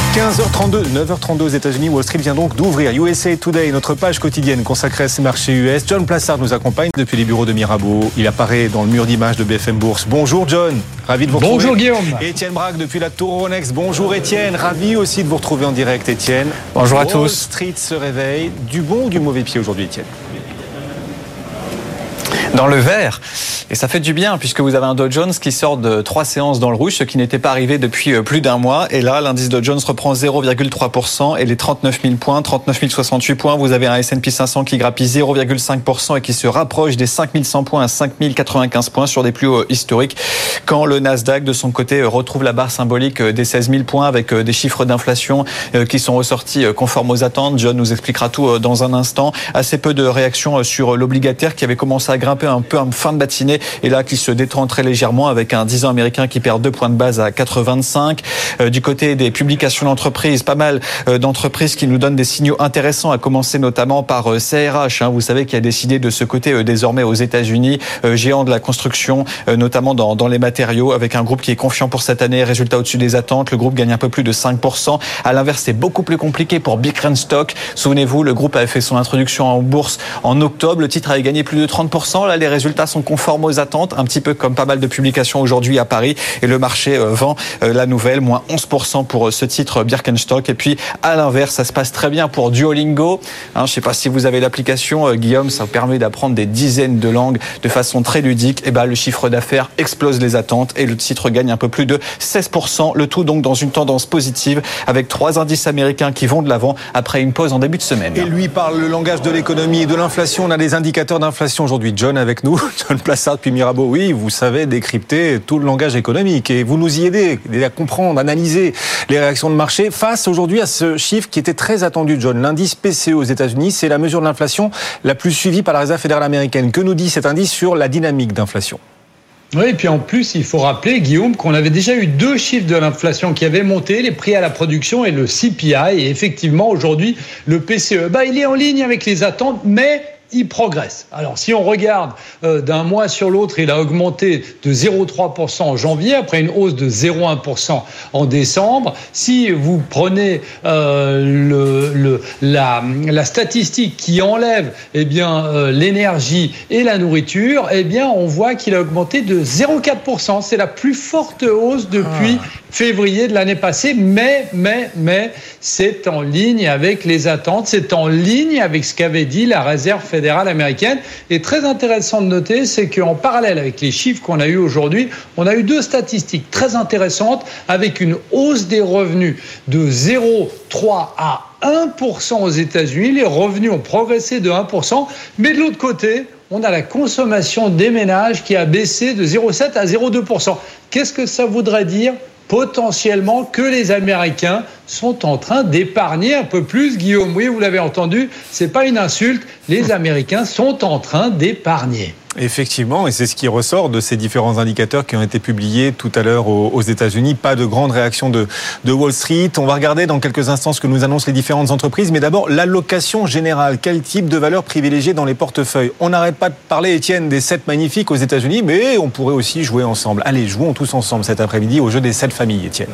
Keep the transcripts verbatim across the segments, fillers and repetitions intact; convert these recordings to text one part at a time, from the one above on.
quinze heures trente-deux, neuf heures trente-deux aux États-Unis. Wall Street vient donc d'ouvrir. U S A Today, notre page quotidienne consacrée à ces marchés U S. John Plassard nous accompagne depuis les bureaux de Mirabeau. Il apparaît dans le mur d'images de B F M Bourse. Bonjour John, ravi de vous retrouver. Bonjour Guillaume. Et Étienne Braque depuis la Tour Euronext. Bonjour Étienne, ravi aussi de vous retrouver en direct Étienne. Bonjour à Wall tous. Wall Street se réveille. Du bon ou du mauvais pied aujourd'hui Étienne? Dans le vert. Et ça fait du bien puisque vous avez un Dow Jones qui sort de trois séances dans le rouge, ce qui n'était pas arrivé depuis plus d'un mois. Et là, l'indice Dow Jones reprend zéro virgule trois pour cent et les trente-neuf mille points, trente-neuf mille soixante-huit points. Vous avez un S and P cinq cents qui grappille zéro virgule cinq pour cent et qui se rapproche des cinq mille cent points à cinq mille quatre-vingt-quinze points sur des plus hauts historiques. Quand le Nasdaq, de son côté, retrouve la barre symbolique des seize mille points avec des chiffres d'inflation qui sont ressortis conformes aux attentes. John nous expliquera tout dans un instant. Assez peu de réactions sur l'obligataire qui avait commencé à grimper un peu en fin de matinée et là qui se détend très légèrement avec un dix ans américain qui perd deux points de base à quatre virgule vingt-cinq. Euh, du côté des publications d'entreprises, pas mal euh, d'entreprises qui nous donnent des signaux intéressants, à commencer notamment par euh, C R H. Hein, vous savez qui a décidé de ce côté euh, désormais aux États-Unis, euh, géant de la construction, euh, notamment dans, dans les matériaux, avec un groupe qui est confiant pour cette année, résultat au-dessus des attentes. Le groupe gagne un peu plus de cinq pour cent. À l'inverse, c'est beaucoup plus compliqué pour Birkenstock. Souvenez-vous, le groupe avait fait son introduction en bourse en octobre. Le titre avait gagné plus de trente pour cent. Là, les résultats sont conformes aux attentes, un petit peu comme pas mal de publications aujourd'hui à Paris. Et le marché vend la nouvelle, moins onze pour cent pour ce titre Birkenstock. Et puis, à l'inverse, ça se passe très bien pour Duolingo. Hein, je ne sais pas si vous avez l'application, Guillaume, ça vous permet d'apprendre des dizaines de langues de façon très ludique. Et ben, le chiffre d'affaires explose les attentes et le titre gagne un peu plus de seize pour cent. Le tout donc dans une tendance positive avec trois indices américains qui vont de l'avant après une pause en début de semaine. Et lui parle le langage de l'économie et de l'inflation. On a des indicateurs d'inflation aujourd'hui. John avec nous, John Plassard depuis Mirabeau. Oui, vous savez décrypter tout le langage économique et vous nous y aidez à comprendre, analyser les réactions de marché face aujourd'hui à ce chiffre qui était très attendu, John. L'indice P C E aux États-Unis, c'est la mesure de l'inflation la plus suivie par la Réserve fédérale américaine. Que nous dit cet indice sur la dynamique d'inflation ? Oui, et puis en plus, il faut rappeler, Guillaume, qu'on avait déjà eu deux chiffres de l'inflation qui avaient monté, les prix à la production et le C P I. Et effectivement, aujourd'hui, le P C E, bah, il est en ligne avec les attentes, mais il progresse. Alors, si on regarde euh, d'un mois sur l'autre, il a augmenté de zéro virgule trois pour cent en janvier, après une hausse de zéro virgule un pour cent en décembre. Si vous prenez euh, le, le, la, la statistique qui enlève eh bien, euh, l'énergie et la nourriture, eh bien, on voit qu'il a augmenté de zéro virgule quatre pour cent. C'est la plus forte hausse depuis ah. février de l'année passée, mais, mais, mais, c'est en ligne avec les attentes, c'est en ligne avec ce qu'avait dit la Réserve fédérale américaine. Et très intéressant de noter, c'est qu'en parallèle avec les chiffres qu'on a eu aujourd'hui, on a eu deux statistiques très intéressantes avec une hausse des revenus de zéro virgule trois à un pour cent aux États-Unis. Les revenus ont progressé de un pour cent, mais de l'autre côté, on a la consommation des ménages qui a baissé de zéro virgule sept à zéro virgule deux pour cent. Qu'est-ce que ça voudrait dire ? Potentiellement que les Américains sont en train d'épargner un peu plus. Guillaume, oui, vous l'avez entendu, c'est pas une insulte. Les Américains sont en train d'épargner. Effectivement, et c'est ce qui ressort de ces différents indicateurs qui ont été publiés tout à l'heure aux États-Unis. Pas de grande réaction de, de Wall Street. On va regarder dans quelques instants ce que nous annoncent les différentes entreprises. Mais d'abord, l'allocation générale. Quel type de valeur privilégiée dans les portefeuilles ? On n'arrête pas de parler, Étienne, des sept magnifiques aux États-Unis, mais on pourrait aussi jouer ensemble. Allez, jouons tous ensemble cet après-midi au jeu des sept familles, Étienne.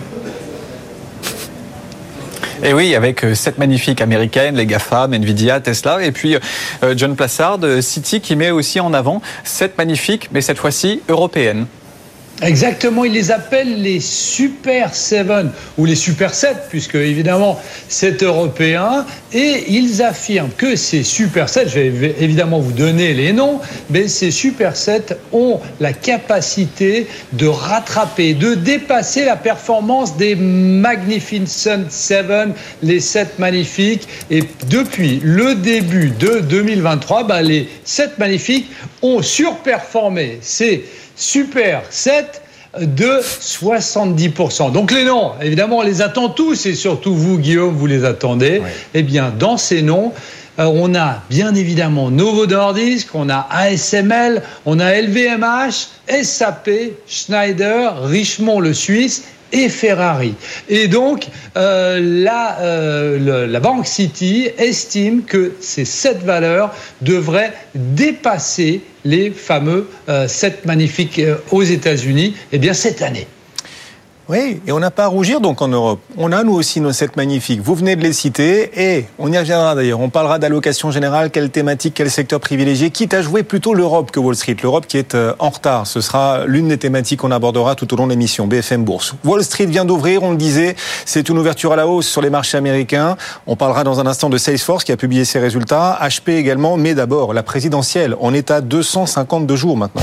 Et oui, avec cette magnifique américaine, les GAFAM, Nvidia, Tesla, et puis euh, John Plassard, Citi, qui met aussi en avant cette magnifique, mais cette fois-ci européenne. Exactement, ils les appellent les Super sept ou les Super sept, puisque évidemment c'est européen, et ils affirment que ces Super sept, je vais évidemment vous donner les noms, mais ces Super sept ont la capacité de rattraper, de dépasser la performance des Magnificent sept, les sept magnifiques, et depuis le début de deux mille vingt-trois, bah, les sept magnifiques ont surperformé. C'est Super sept de soixante-dix pour cent. Donc les noms, évidemment, on les attend tous, et surtout vous, Guillaume, vous les attendez. Oui. Eh bien, dans ces noms, euh, on a bien évidemment Novo Nordisk, on a A S M L, on a L V M H, S A P, Schneider, Richemont le Suisse et Ferrari. Et donc, euh, la, euh, le, la banque Citi estime que ces sept valeurs devraient dépasser les fameux euh, sept magnifiques euh, aux États-Unis, eh bien cette année. Oui, et on n'a pas à rougir donc en Europe. On a nous aussi nos sept magnifiques. Vous venez de les citer et on y reviendra d'ailleurs. On parlera d'allocation générale, quelle thématique, quel secteur privilégié, quitte à jouer plutôt l'Europe que Wall Street. L'Europe qui est en retard. Ce sera l'une des thématiques qu'on abordera tout au long de l'émission. B F M Bourse. Wall Street vient d'ouvrir, on le disait. C'est une ouverture à la hausse sur les marchés américains. On parlera dans un instant de Salesforce qui a publié ses résultats. H P également, mais d'abord la présidentielle. On est à deux cent cinquante-deux jours maintenant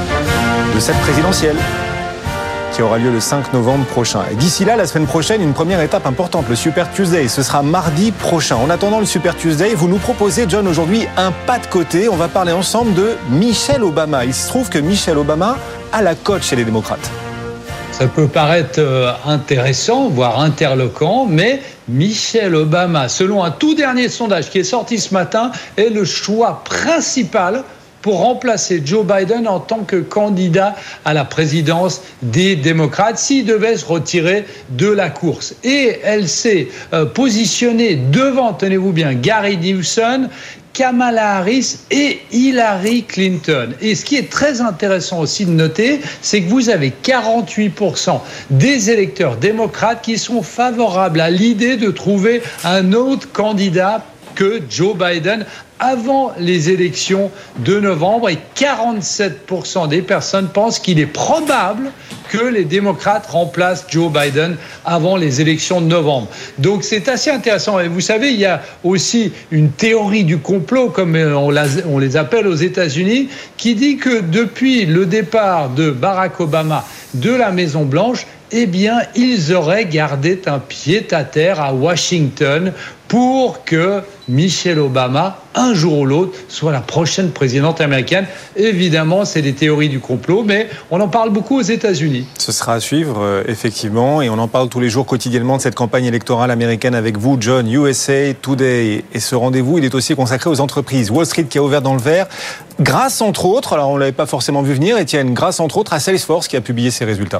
de cette présidentielle qui aura lieu le cinq novembre prochain. Et d'ici là, la semaine prochaine, une première étape importante, le Super Tuesday. Ce sera mardi prochain. En attendant le Super Tuesday, vous nous proposez, John, aujourd'hui, un pas de côté. On va parler ensemble de Michelle Obama. Il se trouve que Michelle Obama a la cote chez les démocrates. Ça peut paraître intéressant, voire interloquant, mais Michelle Obama, selon un tout dernier sondage qui est sorti ce matin, est le choix principal pour remplacer Joe Biden en tant que candidat à la présidence des démocrates s'il devait se retirer de la course. Et elle s'est euh, positionnée devant, tenez-vous bien, Gary Newsom, Kamala Harris et Hillary Clinton. Et ce qui est très intéressant aussi de noter, c'est que vous avez quarante-huit pour cent des électeurs démocrates qui sont favorables à l'idée de trouver un autre candidat que Joe Biden avant les élections de novembre, et quarante-sept pour cent des personnes pensent qu'il est probable que les démocrates remplacent Joe Biden avant les élections de novembre. Donc c'est assez intéressant. Et vous savez, il y a aussi une théorie du complot, comme on, la, on les appelle aux États-Unis, qui dit que depuis le départ de Barack Obama de la Maison-Blanche, eh bien, ils auraient gardé un pied-à-terre à Washington pour que Michelle Obama, un jour ou l'autre, soit la prochaine présidente américaine. Évidemment, c'est des théories du complot, mais on en parle beaucoup aux États-Unis. Ce sera à suivre, euh, effectivement, et on en parle tous les jours quotidiennement de cette campagne électorale américaine avec vous, John. U S A Today. Et ce rendez-vous, il est aussi consacré aux entreprises. Wall Street qui a ouvert dans le vert, grâce entre autres, alors on ne l'avait pas forcément vu venir, Étienne, grâce entre autres à Salesforce qui a publié ses résultats.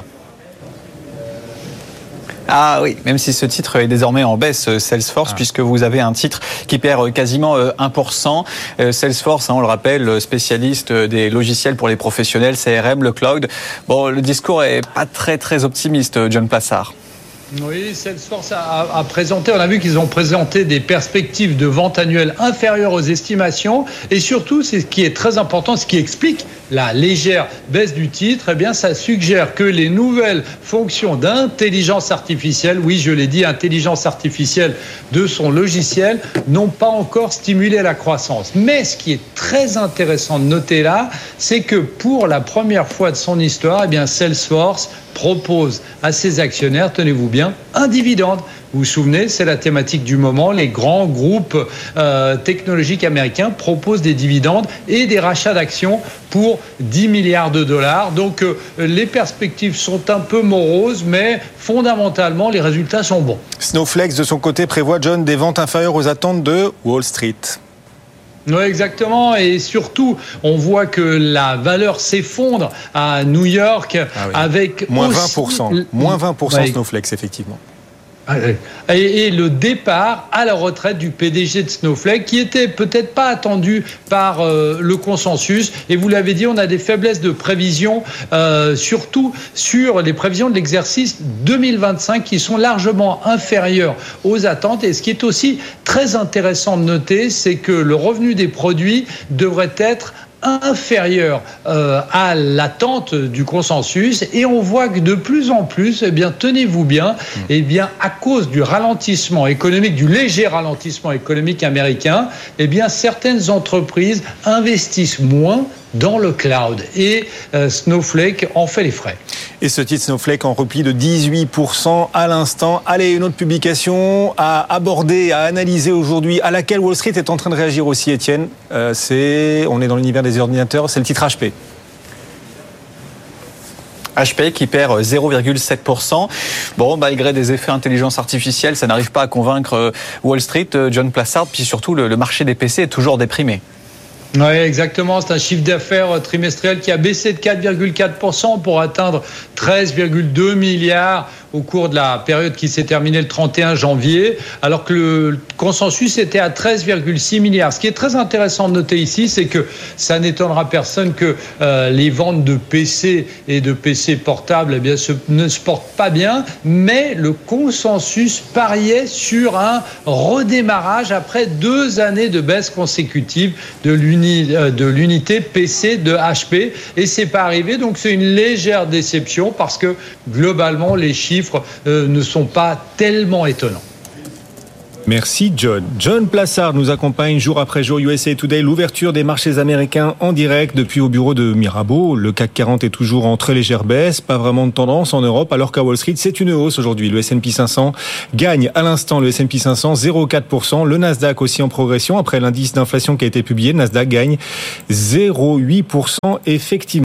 Ah oui, même si ce titre est désormais en baisse, Salesforce, ah. puisque vous avez un titre qui perd quasiment un pour cent. Salesforce, hein, on le rappelle, spécialiste des logiciels pour les professionnels, C R M, le cloud. Bon, le discours est pas très très optimiste, John Plassard. Oui, Salesforce a, a présenté, on a vu qu'ils ont présenté des perspectives de vente annuelle inférieures aux estimations, et surtout, c'est ce qui est très important, ce qui explique la légère baisse du titre, eh bien, ça suggère que les nouvelles fonctions d'intelligence artificielle, oui, je l'ai dit, intelligence artificielle de son logiciel, n'ont pas encore stimulé la croissance. Mais ce qui est très intéressant de noter là, c'est que pour la première fois de son histoire, eh bien, Salesforce propose à ses actionnaires, tenez-vous bien, un dividende. Vous vous souvenez, c'est la thématique du moment. Les grands groupes euh, technologiques américains proposent des dividendes et des rachats d'actions pour dix milliards de dollars. Donc euh, les perspectives sont un peu moroses, mais fondamentalement, les résultats sont bons. Snowflake, de son côté, prévoit, John, des ventes inférieures aux attentes de Wall Street. Oui, exactement. Et surtout, on voit que la valeur s'effondre à New York, ah oui, avec moins aussi... vingt pour cent. Moins vingt pour cent ouais. Snowflake, effectivement. Et, et le départ à la retraite du P D G de Snowflake, qui était peut-être pas attendu par euh, le consensus. Et vous l'avez dit, on a des faiblesses de prévision, euh, surtout sur les prévisions de l'exercice deux mille vingt-cinq, qui sont largement inférieures aux attentes. Et ce qui est aussi très intéressant de noter, c'est que le revenu des produits devrait être inférieur euh, à l'attente du consensus, et on voit que de plus en plus, eh bien, tenez-vous bien, eh bien, à cause du ralentissement économique, du léger ralentissement économique américain, eh bien, certaines entreprises investissent moins dans le cloud, et euh, Snowflake en fait les frais. Et ce titre Snowflake en repli de dix-huit pour cent à l'instant. Allez, une autre publication à aborder, à analyser aujourd'hui, à laquelle Wall Street est en train de réagir aussi, Étienne. Euh, c'est, on est dans l'univers des ordinateurs, c'est le titre H P. H P qui perd zéro virgule sept pour cent. Bon, malgré des effets intelligence artificielle, ça n'arrive pas à convaincre Wall Street, John Plassard, puis surtout le, le marché des P C est toujours déprimé. Oui, exactement. C'est un chiffre d'affaires trimestriel qui a baissé de quatre virgule quatre pour cent pour atteindre treize virgule deux milliards au cours de la période qui s'est terminée le trente et un janvier, alors que le consensus était à treize virgule six milliards. Ce qui est très intéressant de noter ici, c'est que ça n'étonnera personne que euh, les ventes de P C et de P C portables eh bien, se, ne se portent pas bien, mais le consensus pariait sur un redémarrage après deux années de baisse consécutive de, l'uni, de l'unité P C de H P, et c'est pas arrivé, donc c'est une légère déception parce que globalement les chiffres euh, ne sont pas tellement étonnants. Merci John. John Plassard nous accompagne jour après jour. U S A Today, l'ouverture des marchés américains en direct depuis au bureau de Mirabeau. Le C A C quarante est toujours en très légère baisse, pas vraiment de tendance en Europe, alors qu'à Wall Street, c'est une hausse aujourd'hui. Le S and P cinq cents gagne à l'instant, le S and P cinq cents zéro virgule quatre pour cent. Le Nasdaq aussi en progression après l'indice d'inflation qui a été publié. Le Nasdaq gagne zéro virgule huit pour cent effectivement.